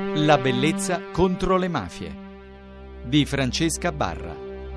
La bellezza contro le mafie di Francesca Barra.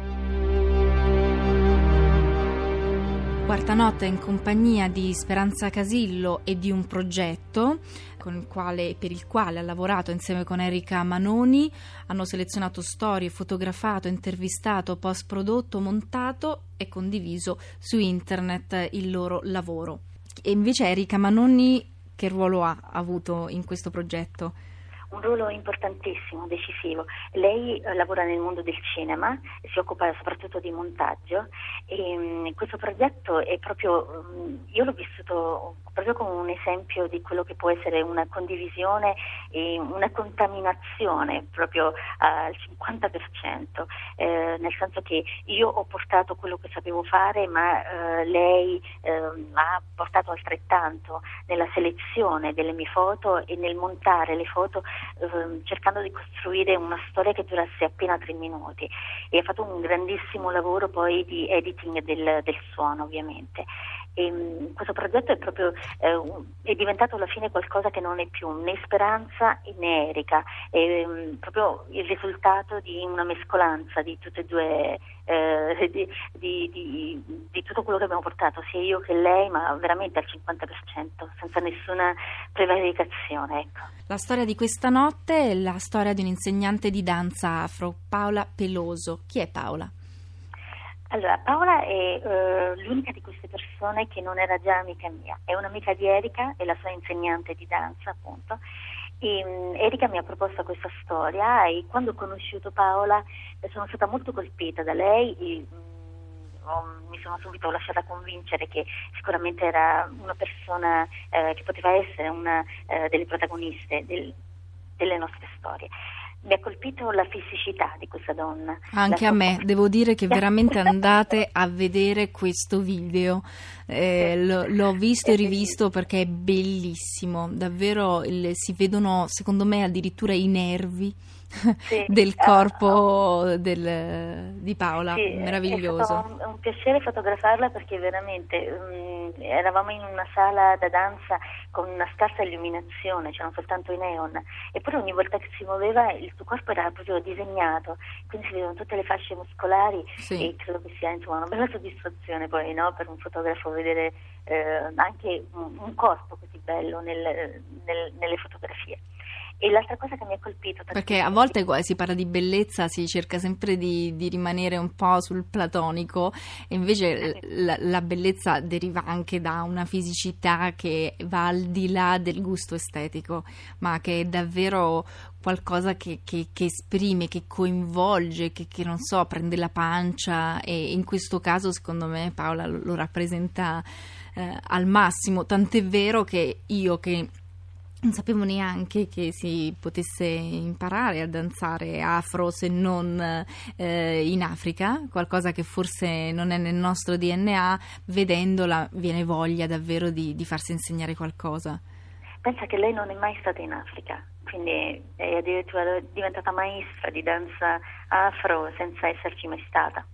Quarta notte in compagnia di Speranza Casillo e di un progetto per il quale ha lavorato insieme con Erika Manoni. Hanno selezionato storie, fotografato, intervistato, post-prodotto, montato e condiviso su internet il loro lavoro. E invece Erika Manoni che ruolo ha avuto in questo progetto? Un ruolo importantissimo, decisivo. Lei lavora nel mondo del cinema, si occupa soprattutto di montaggio e questo progetto è proprio, io l'ho vissuto proprio come un esempio di quello che può essere una condivisione e una contaminazione proprio al 50%, nel senso che io ho portato quello che sapevo fare, ma lei ha portato altrettanto nella selezione delle mie foto e nel montare le foto, cercando di costruire una storia che durasse appena 3 minuti, e ha fatto un grandissimo lavoro poi di editing del suono, ovviamente. E questo progetto è proprio è diventato alla fine qualcosa che non è più né Speranza né Erika, è proprio il risultato di una mescolanza di tutte e due, di tutto quello che abbiamo portato, sia io che lei, ma veramente al 50%, senza nessuna prevaricazione, ecco. La storia di questa notte è la storia di un'insegnante di danza afro, Paola Peloso. Chi è Paola? Allora, Paola è l'unica di queste persone che non era già amica mia. È un'amica di Erika, è la sua insegnante di danza, appunto. E Erika mi ha proposto questa storia e quando ho conosciuto Paola sono stata molto colpita da lei e mi sono subito lasciata convincere che sicuramente era una persona che poteva essere una delle protagoniste delle nostre storie. Mi ha colpito la fisicità di questa donna. Anche a me, devo dire che veramente andate a vedere questo video, l'ho visto e rivisto perché è bellissimo, davvero si vedono secondo me addirittura i nervi del corpo di Paola, sì, meraviglioso. È stato un piacere fotografarla perché veramente eravamo in una sala da danza con una scarsa illuminazione, c'erano soltanto i neon, eppure ogni volta che si muoveva il suo corpo era proprio disegnato, quindi si vedevano tutte le fasce muscolari, sì. E credo che sia una bella soddisfazione poi, no, per un fotografo vedere anche un corpo così bello nelle fotografie. E l'altra cosa che mi ha colpito... Perché a volte si parla di bellezza, si cerca sempre di rimanere un po' sul platonico, e invece la bellezza deriva anche da una fisicità che va al di là del gusto estetico, ma che è davvero qualcosa che esprime, che coinvolge, che non so, prende la pancia, e in questo caso secondo me Paola lo rappresenta al massimo, tant'è vero che io che non sapevo neanche che si potesse imparare a danzare afro se non in Africa, qualcosa che forse non è nel nostro DNA. Vedendola viene voglia davvero di farsi insegnare qualcosa. Pensa che lei non è mai stata in Africa, quindi è addirittura diventata maestra di danza afro senza esserci mai stata.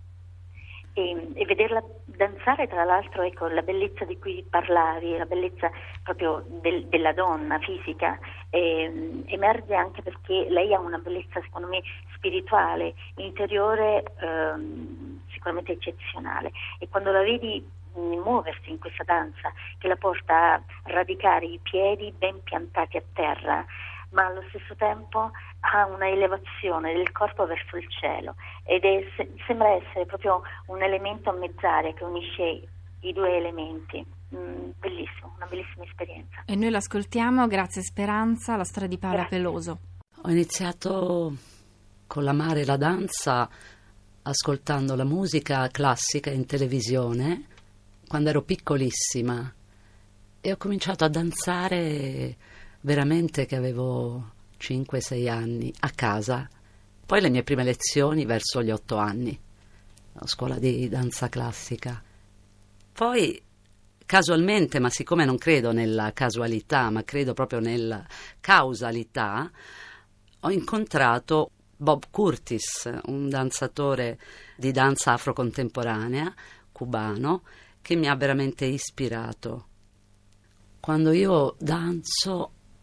E vederla danzare, tra l'altro, ecco, la bellezza di cui parlavi, la bellezza proprio della donna fisica, emerge anche perché lei ha una bellezza, secondo me, spirituale, interiore, sicuramente eccezionale, e quando la vedi muoversi in questa danza che la porta a radicare i piedi ben piantati a terra, ma allo stesso tempo ha una elevazione del corpo verso il cielo, ed sembra essere proprio un elemento a mezz'aria che unisce i due elementi. Bellissimo, una bellissima esperienza. E noi l'ascoltiamo, grazie Speranza, la storia di Paola Peloso. Ho iniziato con l'amare la danza ascoltando la musica classica in televisione quando ero piccolissima, e ho cominciato a danzare veramente che avevo 5-6 anni, a casa. Poi le mie prime lezioni verso gli 8 anni, a scuola di danza classica. Poi casualmente, ma siccome non credo nella casualità, ma credo proprio nella causalità, ho incontrato Bob Curtis, un danzatore di danza afrocontemporanea cubano che mi ha veramente ispirato. Quando io danzo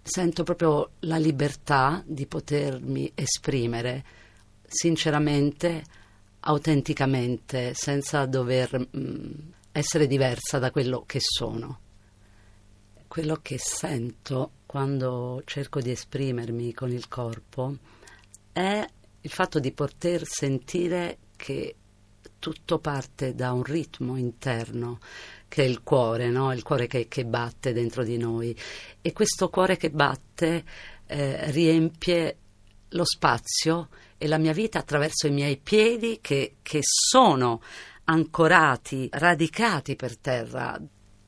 sento proprio la libertà di potermi esprimere sinceramente, autenticamente, senza dover essere diversa da quello che sono. Quello che sento quando cerco di esprimermi con il corpo è il fatto di poter sentire che tutto parte da un ritmo interno, che è il cuore, no? Il cuore che batte dentro di noi. E questo cuore che batte riempie lo spazio e la mia vita attraverso i miei piedi che sono ancorati, radicati per terra.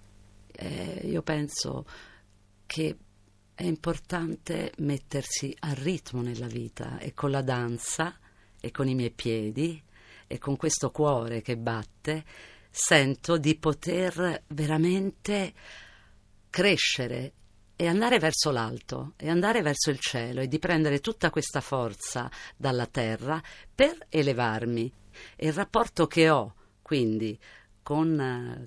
Io penso che è importante mettersi a ritmo nella vita, e con la danza e con i miei piedi e con questo cuore che batte sento di poter veramente crescere e andare verso l'alto e andare verso il cielo, e di prendere tutta questa forza dalla terra per elevarmi. E il rapporto che ho quindi con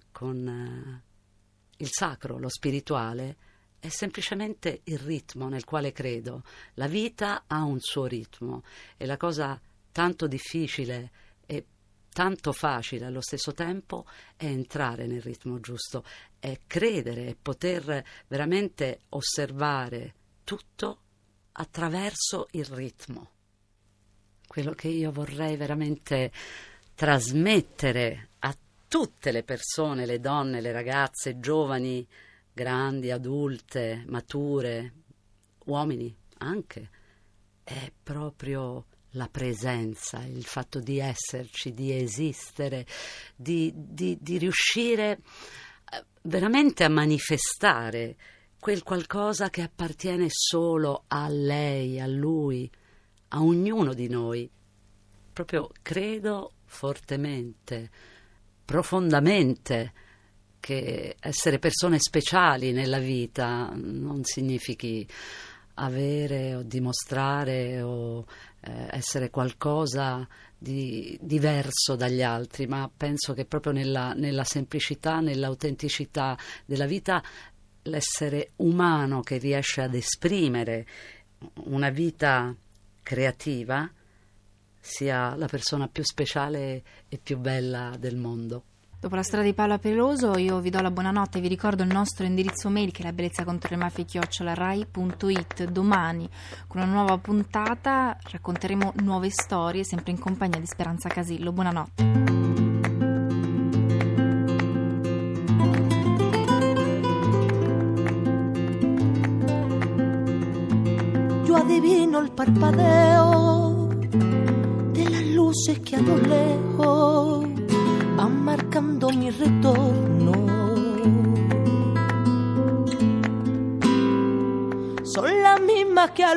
il sacro, lo spirituale, è semplicemente il ritmo nel quale credo. La vita ha un suo ritmo, e la cosa tanto difficile e tanto facile allo stesso tempo è entrare nel ritmo giusto, è credere e poter veramente osservare tutto attraverso il ritmo. Quello che io vorrei veramente trasmettere a tutte le persone, le donne, le ragazze, giovani, grandi, adulte, mature, uomini anche, è proprio la presenza, il fatto di esserci, di esistere, di riuscire veramente a manifestare quel qualcosa che appartiene solo a lei, a lui, a ognuno di noi. Proprio credo fortemente, profondamente, che essere persone speciali nella vita non significhi avere o dimostrare o essere qualcosa di diverso dagli altri, ma penso che proprio nella semplicità, nell'autenticità della vita, l'essere umano che riesce ad esprimere una vita creativa sia la persona più speciale e più bella del mondo. Dopo la strada di Paola Peloso io vi do la buonanotte e vi ricordo il nostro indirizzo mail, che è labellezzacontrolemafiche@rai.it. Domani con una nuova puntata racconteremo nuove storie, sempre in compagnia di Speranza Casillo. Buonanotte. Yo adivino el parpadeo de las luces que a lo lejos van marcando mi retorno. Son las mismas que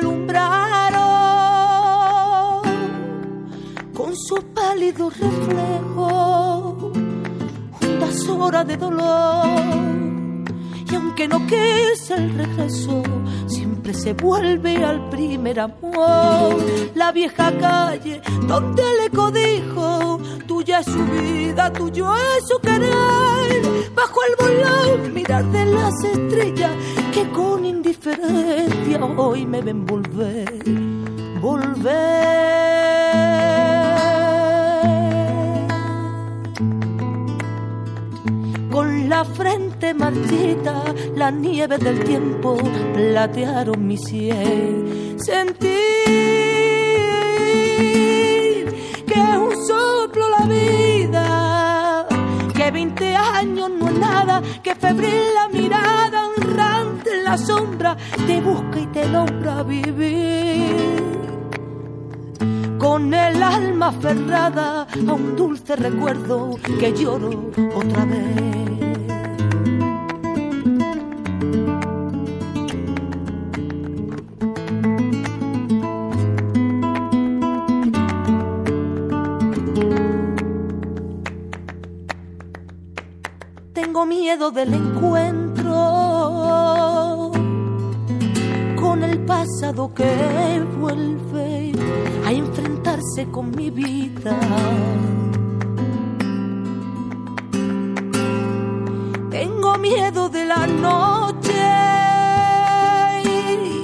alumbraron con sus pálidos reflejos juntas horas de dolor. Y aunque no quise el regreso, siempre se vuelve al primer amor. La vieja calle donde el eco dijo: tuya es su vida, tuyo es su querer. Bajo el volón mirar de las estrellas que con indiferencia hoy me ven volver, Con la frente marchita, la nieve del tiempo platearon mi sien. Sentir que es un soplo la vida, que 20 años no es nada, que febril la mirada, honrante en la sombra, te busca y te logra vivir. Con el alma aferrada a un dulce recuerdo que lloro otra vez. Tengo miedo del encuentro con el pasado que vuelve a enfrentarse con mi vida. Tengo miedo de la noche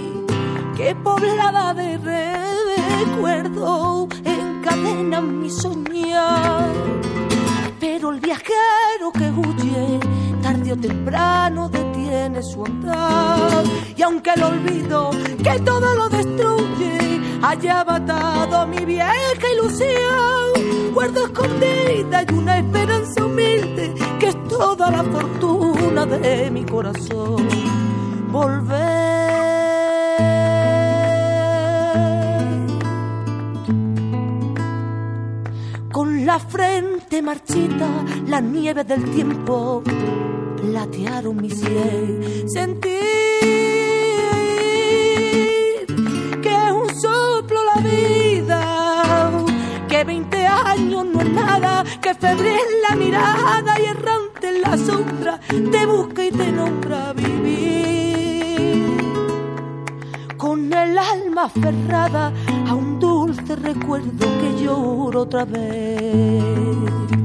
que poblada de recuerdos encadenan mi soñar. Pero el viajero que huye, tarde o temprano detiene su andar. Y aunque el olvido que todo lo destruye haya matado mi vieja ilusión, guardo escondida y una esperanza humilde que es toda la fortuna de mi corazón. Volver. Con la frente marchita, la nieve del tiempo platearon mi sien. Sentir que es un soplo la vida, que 20 años no es nada, que febril la mirada y errante en la sombra te busca y te nombra vivir. Con el alma aferrada a un dulce recuerdo que lloro otra vez.